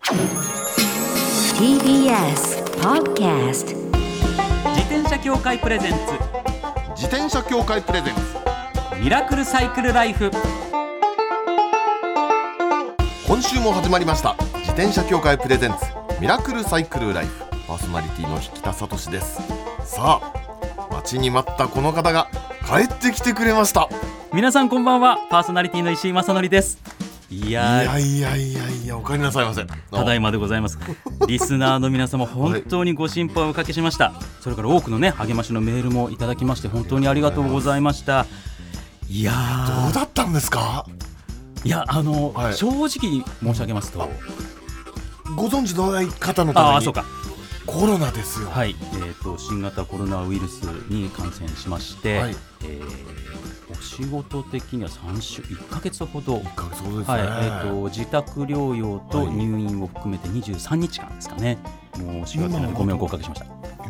TBS Podcast 自転車協会プレゼンツ自転車協会プレゼンツミラクルサイクルライフ。 今週も始まりました自転車協会プレゼンツミラクルサイクルライフ、パーソナリティの引田聡です。さあ、待ちに待ったこの方が帰ってきてくれました。 皆さんこんばんは、パーソナリティの石井正則です。いやお帰りなさいませ。 ただいまでございます。リスナーの皆様本当にご心配をおかけしました。それから多くのね励ましのメールもいただきまして本当にありがとうございました。いやどうだったんですか？ いや正直申し上げますと、 ご存知のない方のためにそうかコロナですよ。 はい、新型コロナウイルスに感染しまして、お仕事的には1ヶ月ほど、 1ヶ月ほどですね。 自宅療養と入院を含めて23日間ですかね。もう4月なのでご迷惑をおかけしました。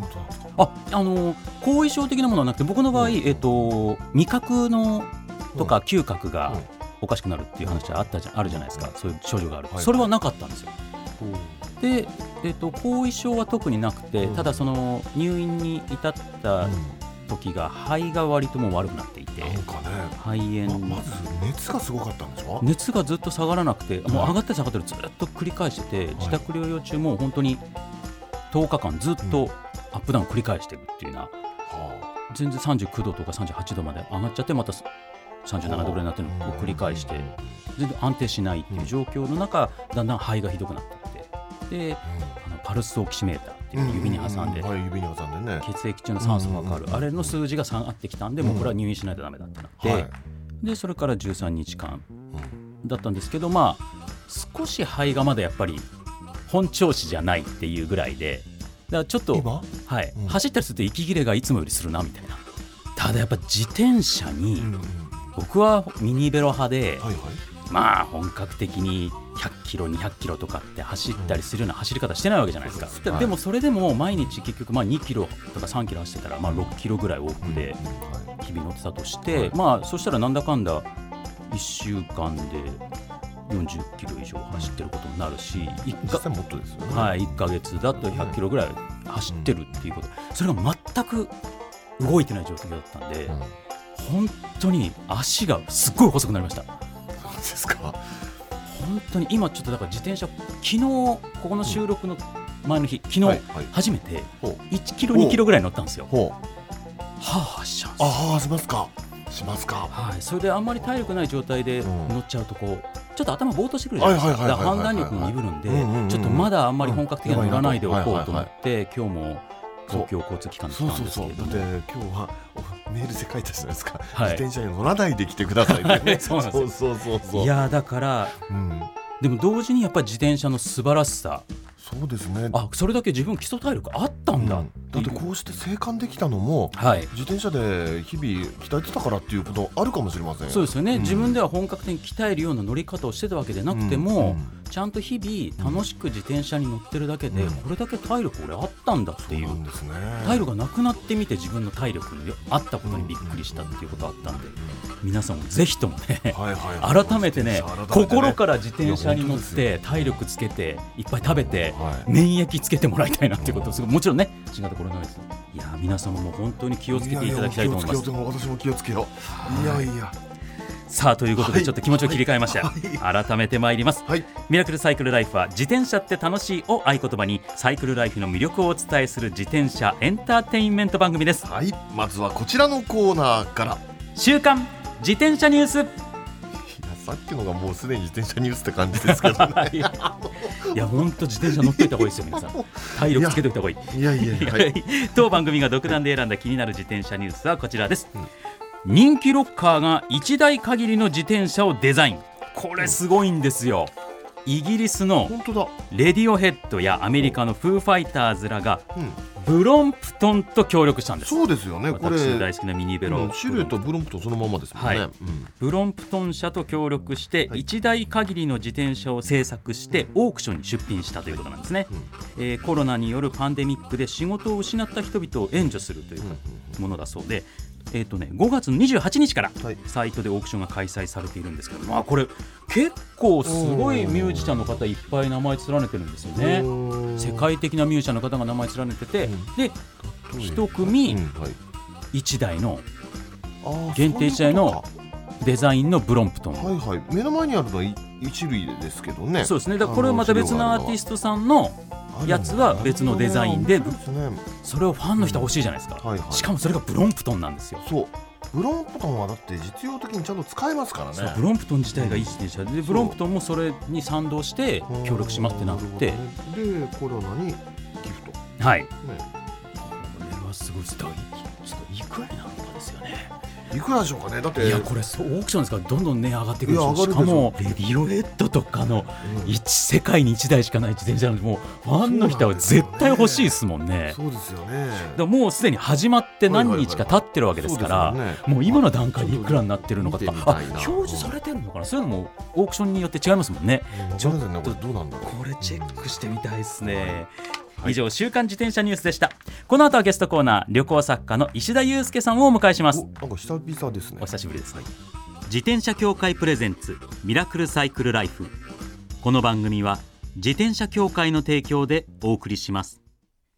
後遺症的なものはなくて、僕の場合、味覚のとか嗅覚がおかしくなるっていう話はあるじゃないですか。そういう症状がある、それはなかったんですよ。で、後遺症は特になくて、ただその入院に至った時が肺が割ともう悪くなっていて、 なんかね、 肺炎、 まず熱がすごかったんですか？ 熱がずっと下がらなくて、もう上がったり下がったりずっと繰り返してて、自宅療養中も本当に10日間ずっとアップダウン繰り返しているっていうような、全然39度とか38度まで上がっちゃって、また37度ぐらいになってるのを繰り返して、全然安定しないっていう状況の中、だんだん肺がひどくなってきて、で、パルスオキシメーターっていう指に挟んで、血液中の酸素が分かる、あれの数字が下がってきたんで、もうこれは入院しないとダメだってなって、でそれから13日間だったんですけど、まあ少し肺がまだやっぱり本調子じゃないっていうぐらいで、だからちょっと、走ったりすると息切れがいつもよりするなみたいな。ただやっぱ自転車に、僕はミニベロ派で、まあ本格的に100キロ200キロとかって走ったりするような走り方してないわけじゃないですか。でもそれでも毎日結局2キロとか3キロ走ってたら、6キロぐらい往復で日々乗ってたとして、そしたらなんだかんだ1週間で40キロ以上走ってることになるし、1ヶ月だと100キロぐらい走ってるっていうこと、それが全く動いてない状況だったんで、本当に足がすっごい細くなりました。 そうですか。 本当に今ちょっとだから自転車、昨日ここの収録の前の日、昨日初めて1キロ2キロぐらい乗ったんですよ。しちゃうんですよ。 しますか。 それであんまり体力ない状態で乗っちゃうと、ちょっと頭ぼーっとしてくるじゃないですか。判断力も鈍るんで、ちょっとまだあんまり本格的に乗らないでおこうと思って、今日も公共交通機関に来たんですけど、 だって今日はメールで書いたじゃないですか、自転車に乗らないで来てくださいってね。そういやだから、でも同時にやっぱり自転車の素晴らしさ、 そうですね、 それだけ自分基礎体力あったんだ、 だってこうして生還できたのも、自転車で日々鍛えてたからっていうことあるかもしれません。 そうですよね、自分では本格的に鍛えるような乗り方をしてたわけでなくても、ちゃんと日々楽しく自転車に乗ってるだけで、これだけ体力俺あったんだっていう、体力がなくなってみて自分の体力にあったことにびっくりしたっていうことがあったんで、皆さんもぜひともね、改めてね、心から自転車に乗って体力つけていっぱい食べて、免疫つけてもらいたいなっていうことをもちろんね、新型コロナウイルス、いや皆様も本当に気をつけていただきたいと思います。 私も気をつけよう。 さあということで、ちょっと気持ちを切り替えました、改めて参ります、ミラクルサイクルライフは、自転車って楽しいを合言葉にサイクルライフの魅力をお伝えする自転車エンターテインメント番組です。 まずはこちらのコーナーから、 週刊自転車ニュース。 さっきのがもうすでに自転車ニュースって感じですけどね。いや本当自転車乗っておいた方がいいですよ、皆さん。体力つけておいた方がいい。当番組が独断で選んだ気になる自転車ニュースはこちらです。人気ロッカーが1台限りの自転車をデザイン。これすごいんですよ。イギリスのレディオヘッドやアメリカのフーファイターズらがブロンプトンと協力したんです。 そうですよね、これ私大好きなミニベロ、 シルエットブロンプトンそのままですもんね。 ブロンプトン社と協力して1台限りの自転車を製作してオークションに出品したということなんですね。コロナによるパンデミックで仕事を失った人々を援助するというものだそうで、 5月の28日からはいサイトでオークションが開催されているんですけど、これ結構すごいミュージシャンの方いっぱい名前連ねてるんですよね。世界的なミュージシャンの方が名前連ねてて、で一組1台の限定1台のデザインのブロンプトン、 はいはい、目の前にあるのは一類ですけどね。 そうですね。だからこれはまた別のアーティストさんのやつは別のデザインで、それをファンの人は欲しいじゃないですか、 はいはい、 しかもそれがブロンプトンなんですよ。 そう、ブロンプトンはだって実用的にちゃんと使えますからね。 そう、ブロンプトン自体がいい自転車で、ブロンプトンもそれに賛同して協力しますってなって、 でこれは何ギフト、 はい、 ね、 これはすごいです。ちょっといくらになるのかですよね。 いくらでしょうかね。だっていや、これオークションですからどんどんね上がってくるし、しかもレディオヘッドとかの世界に1台しかない自転車なので、もうファンの人は絶対欲しいですもんね。 そうですよね。 だからもうすでに始まって何日か経ってるわけですから、もう今の段階でいくらになってるのかとか、表示されてるのかな、そういうのもオークションによって違いますもんね。 ちょっとどうなんだろう、 これチェックしてみたいですね。以上、週刊自転車ニュースでした。この後はゲストコーナー、旅行作家の石田祐介さんをお迎えします。 なんか久々ですね。 お久しぶりです、はい、自転車協会プレゼンツミラクルサイクルライフ。この番組は自転車協会の提供でお送りします。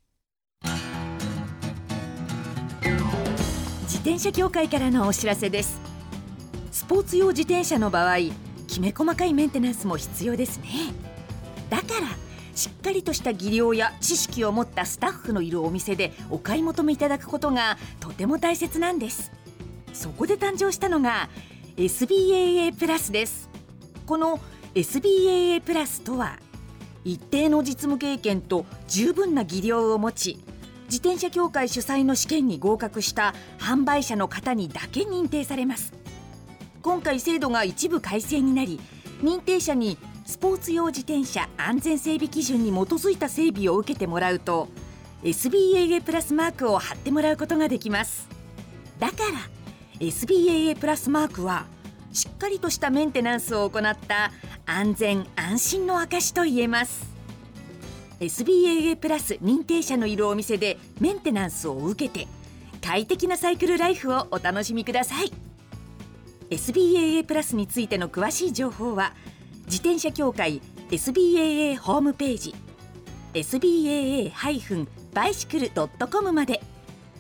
自転車協会からのお知らせです。スポーツ用自転車の場合、きめ細かいメンテナンスも必要ですね。だからしっかりとした技量や知識を持ったスタッフのいるお店でお買い求めいただくことがとても大切なんです。そこで誕生したのが SBAA プラスです。この SBAA プラスとは、一定の実務経験と十分な技量を持ち、自転車協会主催の試験に合格した販売者の方にだけ認定されます。今回制度が一部改正になり、認定者にスポーツ用自転車安全整備基準に基づいた整備を受けてもらうと SBAA プラスマークを貼ってもらうことができます。だから SBAA プラスマークはしっかりとしたメンテナンスを行った安全安心の証と言えます。 SBAA プラス認定者のいるお店でメンテナンスを受けて快適なサイクルライフをお楽しみください。 SBAA プラスについての詳しい情報は自転車協会 SBAA ホームページ SBAA-bicycle.com まで。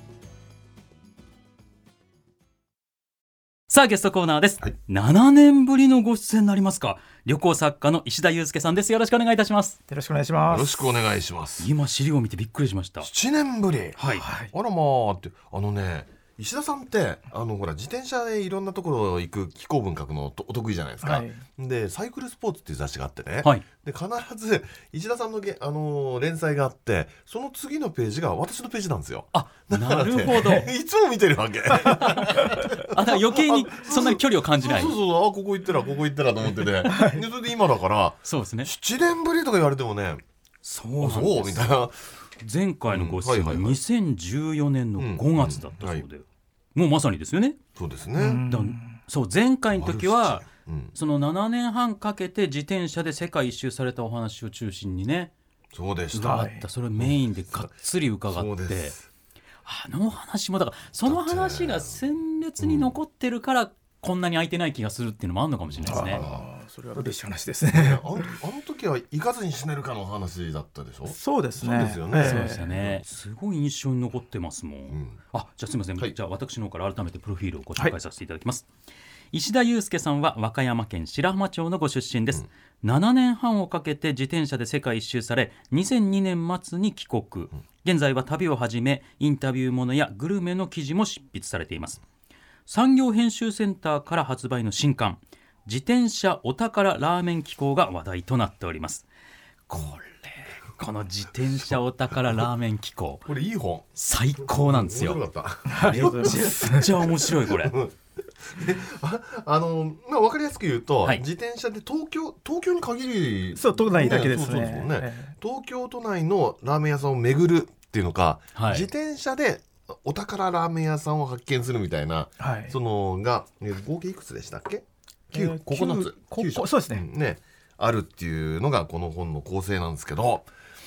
さあ、ゲストコーナーです、 はい、 7年ぶりのご出演になりますか。旅行作家の石田祐介さんです。よろしくお願いいたします。 よろしくお願いします。 よろしくお願いします。 今資料を見てびっくりしました。 7年ぶり、 はい、 あらまーって、石田さんってほら自転車でいろんなところ行く気候文学のお得意じゃないですか、はい、でサイクルスポーツっていう雑誌があってね、はい、で必ず石田さんの連載があって、その次のページが私のページなんですよ。 あ、なるほどいつも見てるわけだから余計にそんなに距離を感じない。 そうここ行ったらと思ってて、はい、でそれで今だからそうですね、 7年ぶりとか言われてもね、 そうみたいな。前回のご出演が2014年の5月だったそうで、もうまさにですよね。 そうですね。 そう、前回の時は、その7年半かけて自転車で世界一周されたお話を中心にね、 そうでした。 それをメインでがっつり伺って、話もだからその話が鮮烈に残ってるから、こんなに空いてない気がするっていうのもあるのかもしれないですね。 それは嬉しい話ですね。 あの時は行かずに死ねるかの話だったでしょ。 そうですね。 そうですよね。 そうですよね。すごい印象に残ってますもん。じゃあすみません、じゃあ私の方から改めてプロフィールをご紹介させていただきます。石田祐介さんは和歌山県白浜町のご出身です。7年半をかけて自転車で世界一周され、2002年末に帰国。現在は旅をはじめインタビューものやグルメの記事も執筆されています。産業編集センターから発売の新刊、自転車お宝ラーメン機構が話題となっております。この自転車お宝ラーメン機構、 これいい本、 最高なんですよ。 面白かった。 めっちゃ面白いこれ。 分かりやすく言うと、自転車で東京に限り、 そう都内だけですね。 東京都内のラーメン屋さんを巡るっていうのか、自転車でお宝ラーメン屋さんを発見するみたいな、そのが合計いくつでしたっけ？9章そうですね。 あるっていうのがこの本の構成なんですけど、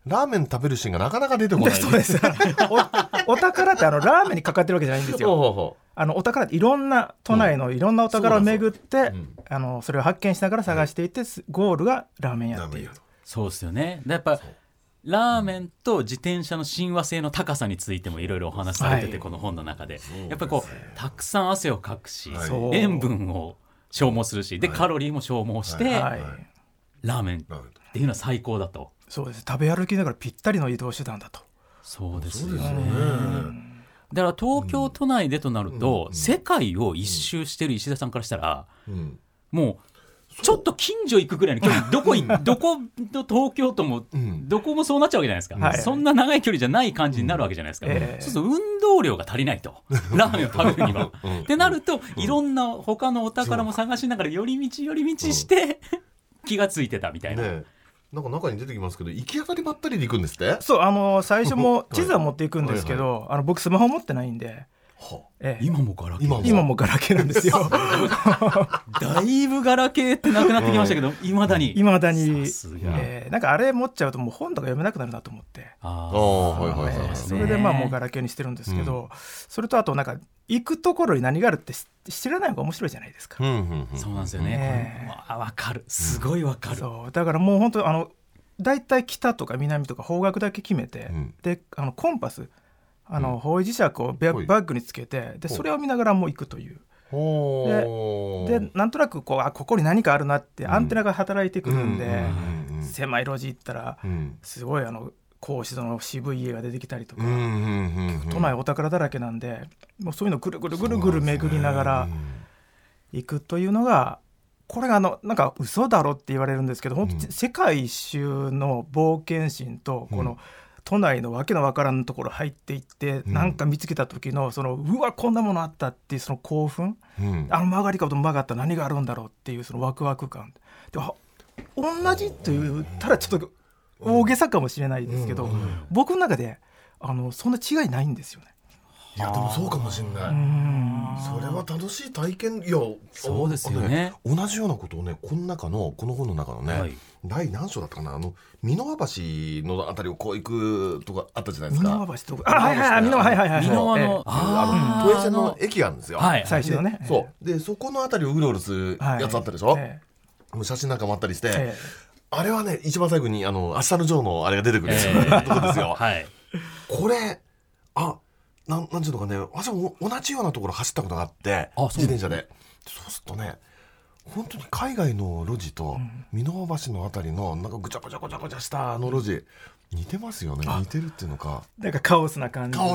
ラーメン食べるシーンがなかなか出てこない。 そうですお宝ってラーメンにかかってるわけじゃないんですよ。お宝っていろんな都内のいろんなお宝を巡って、それを発見しながら探していて、ゴールがラーメン屋っていう。 そうですよね。やっぱラーメンと自転車の親和性の高さについてもいろいろお話しされてて、この本の中でやっぱりたくさん汗をかくし、塩分を消耗するし、でカロリーも消耗して、ラーメンっていうのは最高だと。 そうです。食べ歩きながらぴったりの移動手段だと。 そうですよね。だから東京都内でとなると、世界を一周してる石田さんからしたら、もうちょっと近所行くぐらいの距離、どこの東京都もどこもそうなっちゃうわけじゃないですか、そんな長い距離じゃない感じになるわけじゃないですか、そうすると運動量が足りないとラーメンを食べるにはってなると、いろんな他のお宝も探しながら寄り道して気がついてたみたいな、 なんか中に出てきますけど、行き当たりばったりで行くんですって。 そう、最初も地図は持っていくんですけど、僕スマホ持ってないんで、 今もガラケー。 今もガラケーなんですよだいぶガラケーってなくなってきましたけど、いまだになんかあれ持っちゃうともう本とか読めなくなるなと思って、それでもうガラケーにしてるんですけど、それとあとなんか行くところに何があるって知らない方が面白いじゃないですか。 そうなんですよね。わかる、すごいわかる。 そうだからもう本当だいたい北とか南とか方角だけ決めて、でコンパス方位磁石をバッグにつけて、でそれを見ながらもう行くという。でなんとなくここに何かあるなってアンテナが働いてくるんで、狭い路地行ったらすごい格子戸の渋い家が出てきたりとか、都内お宝だらけなんで、もうそういうのぐるぐるぐるぐる巡りながら行くというのが、これがなんか嘘だろって言われるんですけど、本当に世界一周の冒険心とこの都内のわけのわからんところ入っていって、なんか見つけた時のうわこんなものあったっていうその興奮、曲がり角と曲がった何があるんだろうっていうそのワクワク感で、同じと言ったらちょっと大げさかもしれないですけど、僕の中でそんな違いないんですよね。 いやでもそうかもしれない。それは楽しい体験。いやそうですよね。 同じようなことをね、この本の中のね、第何章だったかな、箕輪橋のあたりをこう行くとかあったじゃないですか。 箕輪橋とか、箕輪の都営線の駅があるんですよ、 最初のね。 そうで、そこのあたりをうろうろするやつあったでしょ。もう写真なんかもあったりして、あれはね、一番最後に明日のジョーのあれが出てくるんですよ。これなんていうのかね、私も同じようなところ走ったことがあって、自転車で。そうするとね、本当に海外の路地と箕輪橋のあたりのなんかぐちゃぐちゃぐちゃぐちゃした路地似てますよね。似てるっていうのか、 なんかカオスな感じ。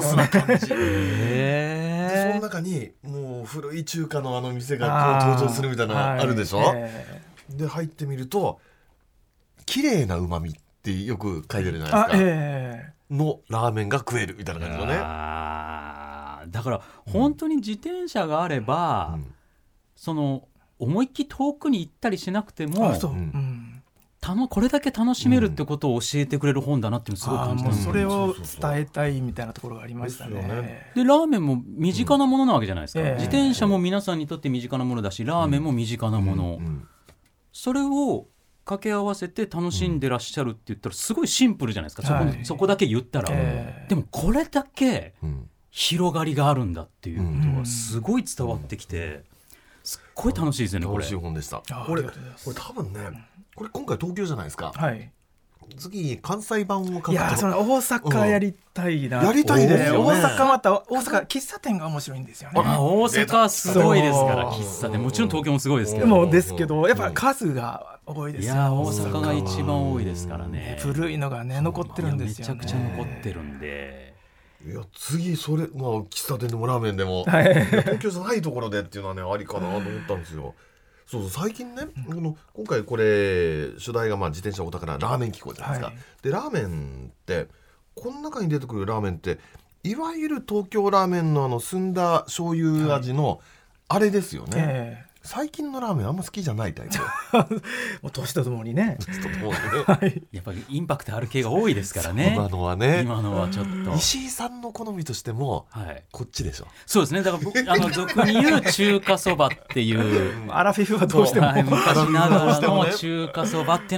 でその中にもう古い中華の店がこう登場するみたいなのあるでしょ。で入ってみると綺麗な旨味ってよく書いてるじゃないですか。のラーメンが食えるみたいな感じのね。 だから本当に自転車があれば、その思いっきり遠くに行ったりしなくても、これだけ楽しめるってことを教えてくれる本だなっていうのすごい感じたんです。 それを伝えたいみたいなところがありましたね。 でラーメンも身近なものなわけじゃないですか。自転車も皆さんにとって身近なものだし、ラーメンも身近なもの、それを掛け合わせて楽しんでらっしゃるって言ったらすごいシンプルじゃないですか、そこだけ言ったら、でもこれだけ広がりがあるんだっていうことがすごい伝わってきて、すっごい楽しいですよね。これ楽しい本でした。これ多分ね、これ今回東京じゃないですか。次関西版を書くと、 いや、その大阪やりたいな。 やりたいですよね。 大阪喫茶店が面白いんですよね。 大阪すごいですから喫茶店、もちろん東京もすごいですけど、やっぱ数が多いですよ。 いや大阪が一番多いですからね。 古いのがね残ってるんですよね。 めちゃくちゃ残ってるんで。 いや次それ喫茶店でもラーメンでも東京じゃないところでっていうのはねありかなと思ったんですよ。そう最近ね、今回これ主題が自転車お宝ラーメン機構じゃないですか。でラーメンってこの中に出てくるラーメンっていわゆる東京ラーメンの澄んだ醤油味のあれですよね。最近のラーメンあんま好きじゃないタイプもう年とともにねやっぱりインパクトある系が多いですからね。 今のはね、 今のはちょっと石井さんの好みとしても、こっちでしょ。 そうですね。だから俗に言う中華そばっていうアラフィフはどうしても昔ながらの中華そばっていうのはやっ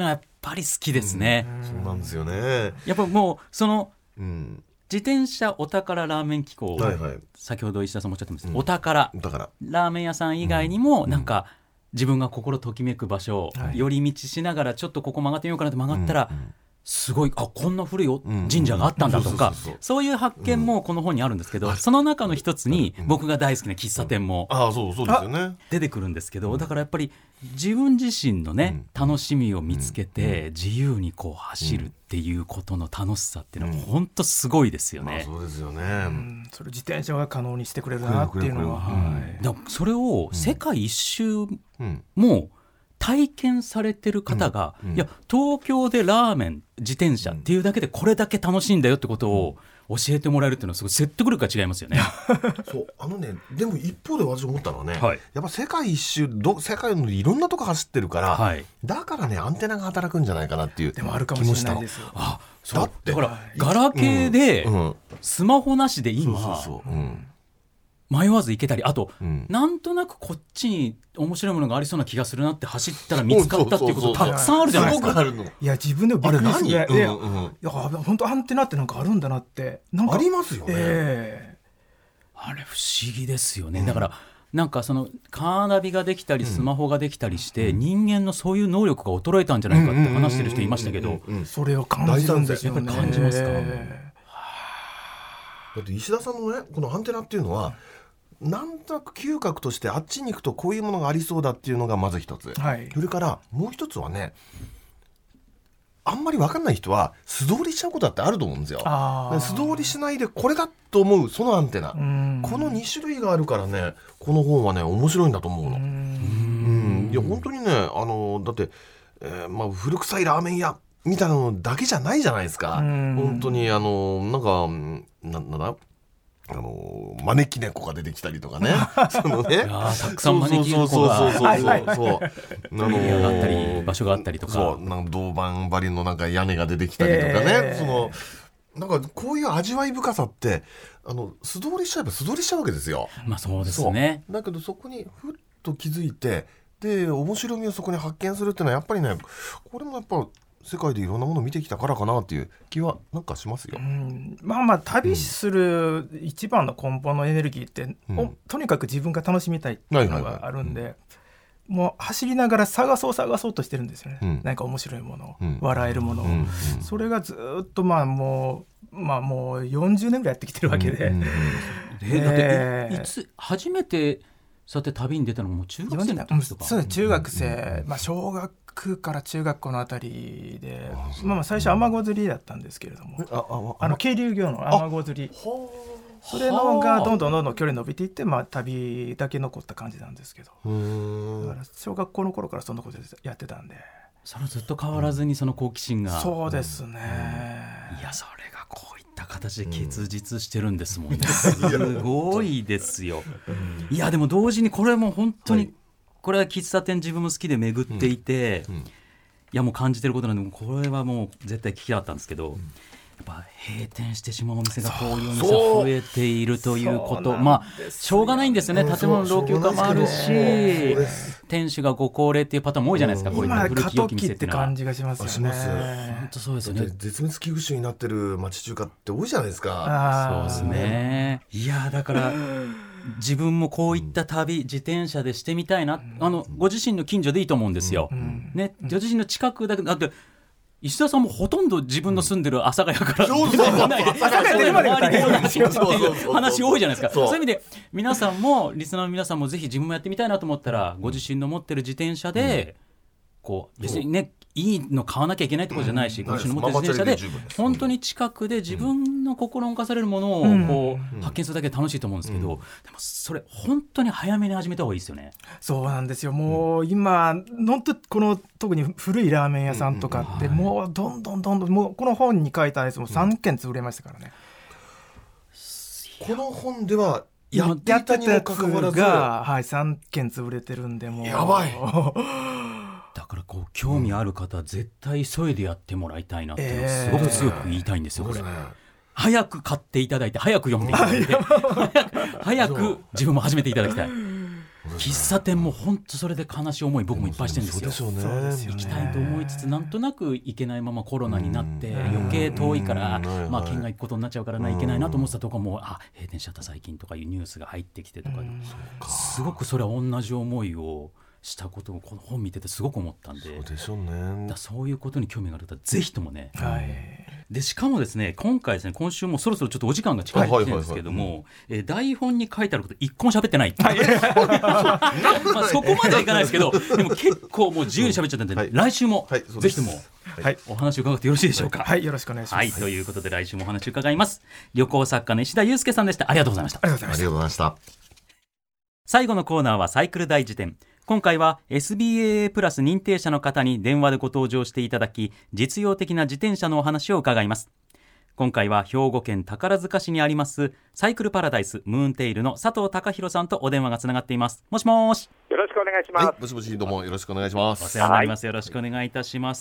ぱり好きですね。 そうなんですよね。 やっぱもうその、 うん、 自転車お宝ラーメン機構、 はいはい、 先ほど石田さんもおっしゃってます、 うん、 お宝だからラーメン屋さん以外にも、なんか自分が心ときめく場所を寄り道しながらちょっとここ曲がってみようかなって曲がったら、すごいこんな古い神社があったんだとか、そういう発見もこの本にあるんですけど、その中の一つに僕が大好きな喫茶店も出てくるんですけど、だからやっぱり自分自身のね楽しみを見つけて自由にこう走るっていうことの楽しさっていうのは本当すごいですよね。 そうですよね。 それ自転車が可能にしてくれるなっていうのは、 だからそれを世界一周も体験されてる方が、いや東京でラーメン自転車っていうだけでこれだけ楽しいんだよってことを教えてもらえるっていうのはすごい説得力が違いますよね。 そうね、でも一方で私思ったのはね、はい、やっぱ世界一周世界のいろんなとこ走ってるから、はい、だからねアンテナが働くんじゃないかなっていう気もしたの。でもあるかもしれないですよ。だってだからガラケーでスマホなしで今迷わず行けたり、あと、なんとなくこっちに面白いものがありそうな気がするなって走ったら見つかったっていうことたくさんあるじゃないですか。 いや自分でもびっくりするぐらい、いや本当アンテナってなんかあるんだなってなんかありますよね。 あれ不思議ですよね。だからなんかそのカーナビができたりスマホができたりして、人間のそういう能力が衰えたんじゃないかって話してる人いましたけど、 それを感じるんですよね。 やっぱり感じますか。 だって石田さんのねこのアンテナっていうのはなんとなく嗅覚としてあっちに行くとこういうものがありそうだっていうのがまず一つ、はい、それからもう一つはね、あんまり分かんない人は素通りしちゃうことだってあると思うんですよ。素通りしないでこれだと思うそのアンテナ、この2種類があるからねこの本はね面白いんだと思うの。いや本当にねだって、古臭いラーメン屋みたいなのだけじゃないじゃないですか。本当になんだ招き猫が出てきたりとかねそのねたくさん招き猫が上がったり場所があったりとか、 そうなんか銅板張りのなんか屋根が出てきたりとかね、なんかこういう味わい深さって素通りしちゃえば素通りしちゃうわけですよ。 そうですね。 だけどそこにふっと気づいてで面白みをそこに発見するっていうのはやっぱりねこれもやっぱ世界でいろんなものを見てきたからかなっていう気はなんかしますよ。 旅する一番の根本のエネルギーって、とにかく自分が楽しみたいっていうのがあるんで、もう走りながら探そうとしてるんですよね。何か面白いものを、笑えるものを、それがずっともう40年ぐらいやってきてるわけで、 だっていつ初めてそうやって旅に出たのも中学生の時とか。 そうです、中学生、小学から中学校のあたりで、最初雨ご釣りだったんですけれども、渓流魚の雨ご釣り、それのがどんどん距離伸びていって、旅だけ残った感じなんですけど、だから小学校の頃からそんなことやってたんで、 それずっと変わらずにその好奇心が、 そうですね、 いやそれがこういった形で結実してるんですもんね、すごいですよ。いやでも同時にこれも本当に、これは喫茶店自分も好きで巡っていて、いやもう感じてることなんでこれはもう絶対聞きたかったんですけど、やっぱ閉店してしまうお店がこういうお店が増えているということ、しょうがないんですよね。建物老朽化もあるし、店主がご高齢っていうパターンも多いじゃないですか。こういった古き良き店っていうのは感じがしますよね。 本当そうですよね。 絶滅危惧種になってる町中華って多いじゃないですか。 そうですね。いやだから自分もこういった旅自転車でしてみたいな、ご自身の近所でいいと思うんですよ、ね、ご自身の近くだけだって石田さんもほとんど自分の住んでる阿佐ヶ谷から出てこないで周りでっていう話多いじゃないですか。そういう意味で皆さんもリスナーの皆さんもぜひ自分もやってみたいなと思ったら、ご自身の持ってる自転車でこう別にねいいの買わなきゃいけないってことじゃないし、ご自身の持ってる自転車で本当に近くで自分の心動かされるものをこう発見するだけで楽しいと思うんですけど、でもそれ本当に早めに始めた方がいいですよね。 そうなんですよ。もう今本当この特に古いラーメン屋さんとかってもうどんどんもうこの本に書いたやつも3軒潰れましたからね。 この本ではやっていたにもかかわらずが、3軒潰れてるんで、もうやばいだからこう興味ある方は絶対急いでやってもらいたいなっていうのをすごく強く言いたいんですよ、これ。早く買っていただいて早く読んでいただいて早く自分も始めていただきたい。 喫茶店も本当それで悲しい思い僕もいっぱいしてるんですよ。 そうでしょうね。 行きたいと思いつつなんとなく行けないままコロナになって余計遠いから県外行くことになっちゃうから行けないなと思ってたとこも閉店しちゃった最近とかいうニュースが入ってきてとかすごくそれは同じ思いをしたことをこの本見ててすごく思ったんで、 そうでしょうね。 そういうことに興味がある方はぜひともね、でしかもですね今回ですね今週もそろそろちょっとお時間が近いんですけども、台本に書いてあること一個も喋ってないそこまではいかないですけどでも結構もう自由に喋っちゃったんで、来週もぜひともお話を伺ってよろしいでしょうか。 よろしくお願いします。 ということで来週もお話を伺います。旅行作家の石田祐介さんでした。ありがとうございました。 ありがとうございました。 最後のコーナーはサイクル大辞典。今回は SBAA プラス認定者の方に電話でご登場していただき実用的な自転車のお話を伺います。今回は兵庫県宝塚市にありますサイクルパラダイスムーンテイルの佐藤隆弘さんとお電話がつながっています。もしもし。 よろしくお願いします。 もしもし、どうもよろしくお願いします。 お世話になります。よろしくお願いいたします。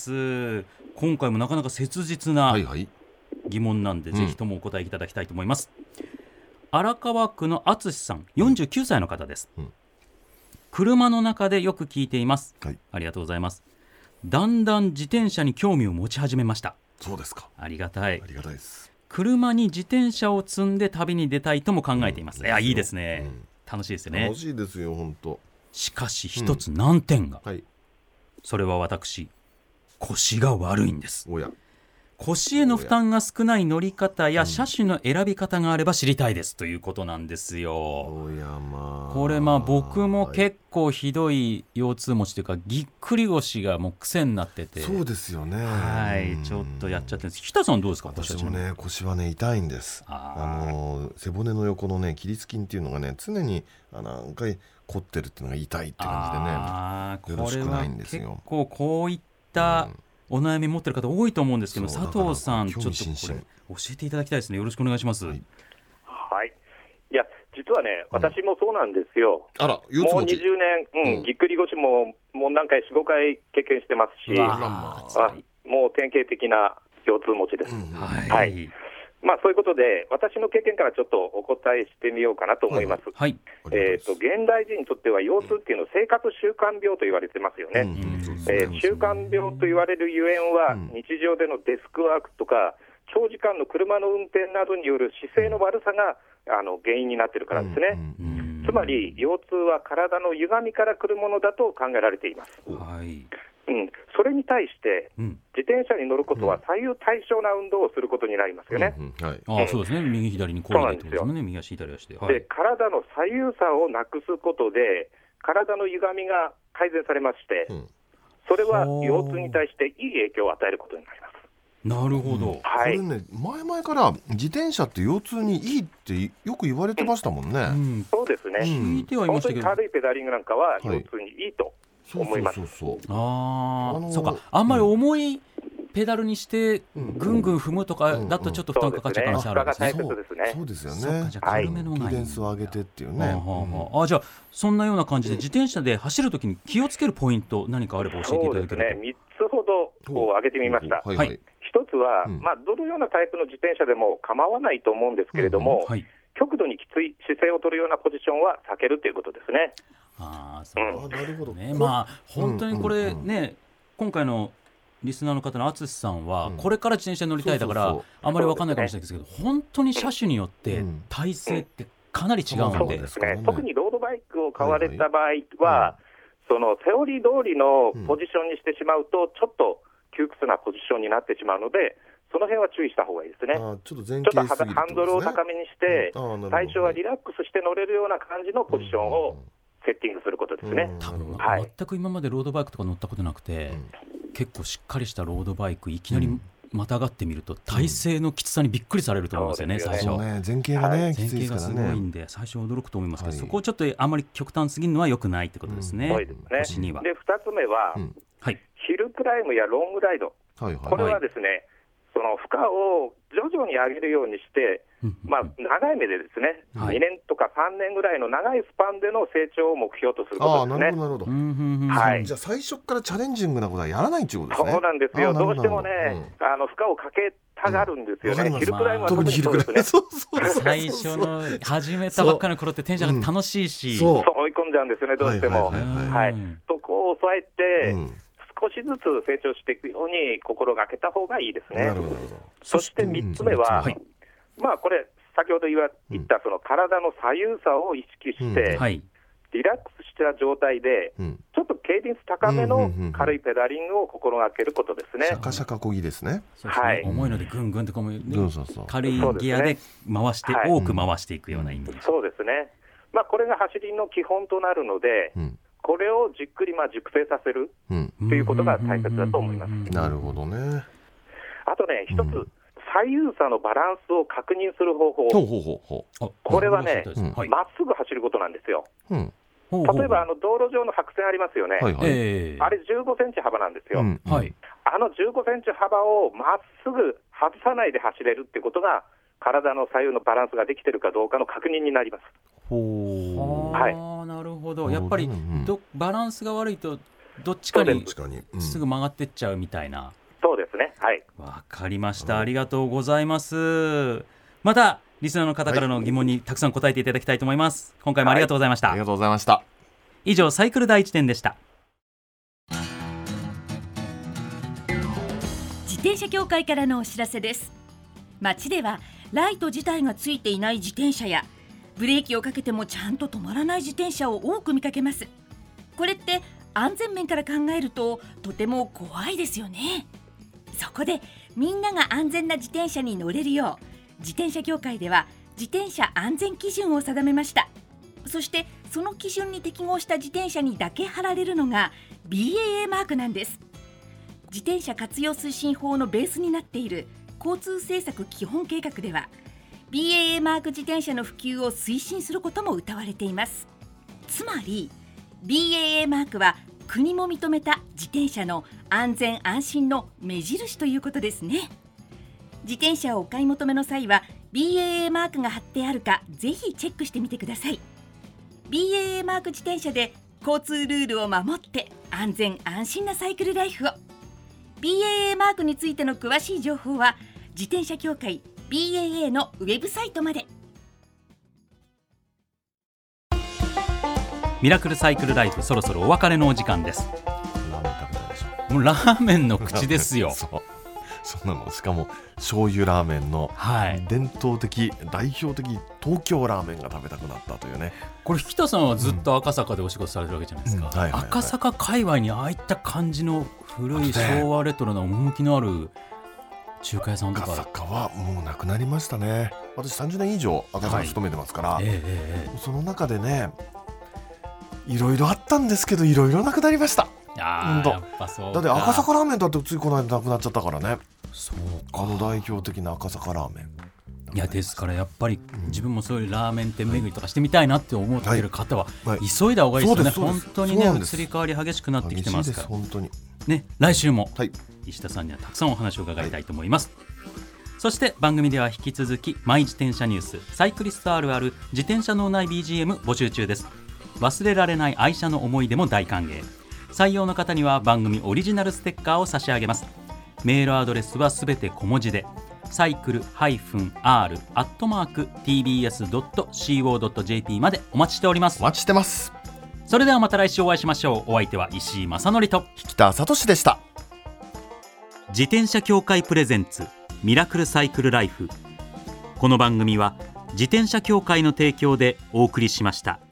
今回もなかなか切実な疑問なんで、ぜひともお答えいただきたいと思います。荒川区の淳さん49歳の方です。車の中でよく聞いています。ありがとうございます。だんだん自転車に興味を持ち始めました。 そうですか。 ありがたい。 ありがたいです。 車に自転車を積んで旅に出たいとも考えています。いいですね、楽しいですよね。 楽しいですよ本当。 しかし一つ難点が、それは私腰が悪いんです。腰への負担が少ない乗り方や車種の選び方があれば知りたいですということなんですよ。これ僕も結構ひどい腰痛持ちというかぎっくり腰がもう癖になってて。 そうですよね。 ちょっとやっちゃってるんです。北さんどうですか。 私もね腰はね痛いんです。背骨の横のね起立筋っていうのがね常に何回凝ってるっていうのが痛いって感じでねよろしくないんですよ。 結構こういったお悩み持ってる方多いと思うんですけど、佐藤さんちょっとこれ教えていただきたいですね。よろしくお願いします。 いや実はね私もそうなんですよ。もう20年、ぎっくり腰も何回 4,5 回経験してますし、もう典型的な腰痛持ちです。そういうことで私の経験からちょっとお答えしてみようかなと思います。現代人にとっては腰痛っていうのは生活習慣病と言われてますよね。習慣病と言われるゆえんは、日常でのデスクワークとか長時間の車の運転などによる姿勢の悪さが原因になっているからですね。つまり腰痛は体の歪みから来るものだと考えられています。それに対して、自転車に乗ることは左右対称な運動をすることになりますよね。 そうですね。右左にこうやってですね。右足左足で、 体の左右差をなくすことで体の歪みが改善されまして、それは腰痛に対していい影響を与えることになります。 なるほど。 これね前々から自転車って腰痛にいいってよく言われてましたもんね。 そうですね。本当に軽いペダリングなんかは腰痛にいいと思います。 そうか。あんまり重いペダルにしてぐんぐん踏むとかだとちょっと負担かかっちゃう可能性あるんですね。 そうですよね。 じゃあ軽めのがいい。 ケデンスを上げてっていうね。 じゃあそんなような感じで自転車で走るときに気をつけるポイント何かあれば教えていただければ。 3つほど挙げてみました。一つは、どのようなタイプの自転車でも構わないと思うんですけれども、極度にきつい姿勢を取るようなポジションは避けるということですね。 なるほどね。 本当にこれね、今回のリスナーの方の淳さんはこれから自転車に乗りたいだからあまり分かんないかもしれないですけど、本当に車種によって体勢ってかなり違うので、 特にロードバイクを買われた場合は、そのセオリー通りのポジションにしてしまうとちょっと窮屈なポジションになってしまうので、その辺は注意した方がいいですね。ちょっとハンドルを高めにして、最初はリラックスして乗れるような感じのポジションをセッティングすることですね。 多分全く今までロードバイクとか乗ったことなくて、結構しっかりしたロードバイクいきなりまたがってみると体勢のきつさにびっくりされると思うんですよね。最初前傾がね、 前傾がすごいんで最初驚くと思いますけど、そこをちょっとあんまり極端すぎるのは良くないってことですね。腰には。 で2つ目は、ヒルクライムやロングライド、これはですね、その負荷を徐々に上げるようにして、長い目でですね、2年とか3年ぐらいの長いスパンでの成長を目標とすることですね。 なるほど。じゃあ最初からチャレンジングなことはやらないということですね。 そうなんですよ。どうしてもね、負荷をかけ差があるんですよね、ヒルクライムは特にヒルクライム、 最初の始めたばっかりの頃ってテンションが楽しいし、 そう追い込んじゃうんですよね、どうしても。そこを抑えて、少しずつ成長していくように心がけた方がいいですね。そして3つ目は、まあこれ先ほど言ったその体の左右差を意識して、リラックスした状態で、ちょっとケイデンス高めの軽いペダリングを心がけることですね。 シャカシャカこぎですね。 重いのでぐんぐんと軽いギアで回して、多く回していくようなイメージ。 そうですね。まあこれが走りの基本となるので、これをじっくり熟成させるということが大切だと思います。 なるほどね。あとね、一つ、左右差のバランスを確認する方法。これはね、まっすぐ走ることなんですよ。例えば道路上の白線ありますよね。あれ15センチ幅なんですよ。あの15センチ幅をまっすぐ外さないで走れるってことが、体の左右のバランスができているかどうかの確認になります。 なるほど。やっぱりバランスが悪いとどっちかにすぐ曲がってっちゃうみたいな。 そうですね。 わかりました。ありがとうございます。またリスナーの方からの疑問にたくさん答えていただきたいと思います。今回もありがとうございました。 ありがとうございました。 以上、サイクル第一点でした。 自転車協会からのお知らせです。街ではライト自体がついていない自転車や、ブレーキをかけてもちゃんと止まらない自転車を多く見かけます。これって安全面から考えるととても怖いですよね。そこでみんなが安全な自転車に乗れるよう、自転車協会では自転車安全基準を定めました。そしてその基準に適合した自転車にだけ貼られるのが BAA マークなんです。自転車活用推進法のベースになっている交通政策基本計画では、 BAA マーク自転車の普及を推進することも謳われています。つまり BAA マークは国も認めた自転車の安全安心の目印ということですね。自転車をお買い求めの際は BAA マークが貼ってあるか、ぜひチェックしてみてください。 BAA マーク自転車で交通ルールを守って安全安心なサイクルライフを。 BAA マークについての詳しい情報は自転車協会 BAA のウェブサイトまで。 ミラクルサイクルライフ、そろそろお別れのお時間です。もうラーメンの口ですよ。 そんなの、しかも醤油ラーメンの伝統的、代表的東京ラーメンが食べたくなったというね。 これ引田さんはずっと赤坂でお仕事されてるわけじゃないですか。赤坂界隈にああいった感じの古い昭和レトロな趣のある中華屋さんとか。 赤坂はもうなくなりましたね。私30年以上赤坂に勤めてますから、その中でね、いろいろあったんですけど、いろいろなくなりました。 やっぱそうだって赤坂ラーメンだってついこの間なくなっちゃったからね。代表的な赤坂ラーメン。 いや、ですからやっぱり自分もそういうラーメン店巡りとかしてみたいなって思っている方は急いだ方がいいですよね。本当にね、移り変わり激しくなってきてますから本当にね。来週も石田さんにはたくさんお話を伺いたいと思います。そして番組では引き続きマイ自転車ニュース、サイクリストあるある、自転車脳内 BGM 募集中です。忘れられない愛車の思い出も大歓迎。採用の方には番組オリジナルステッカーを差し上げます。メールアドレスはすべて小文字で、サイクル-r@tbs.co.jp までお待ちしております。 お待ちしてます。 それではまた来週お会いしましょう。お相手は石井正則と引田聡でした。 自転車協会プレゼンツミラクルサイクルライフ。この番組は自転車協会の提供でお送りしました。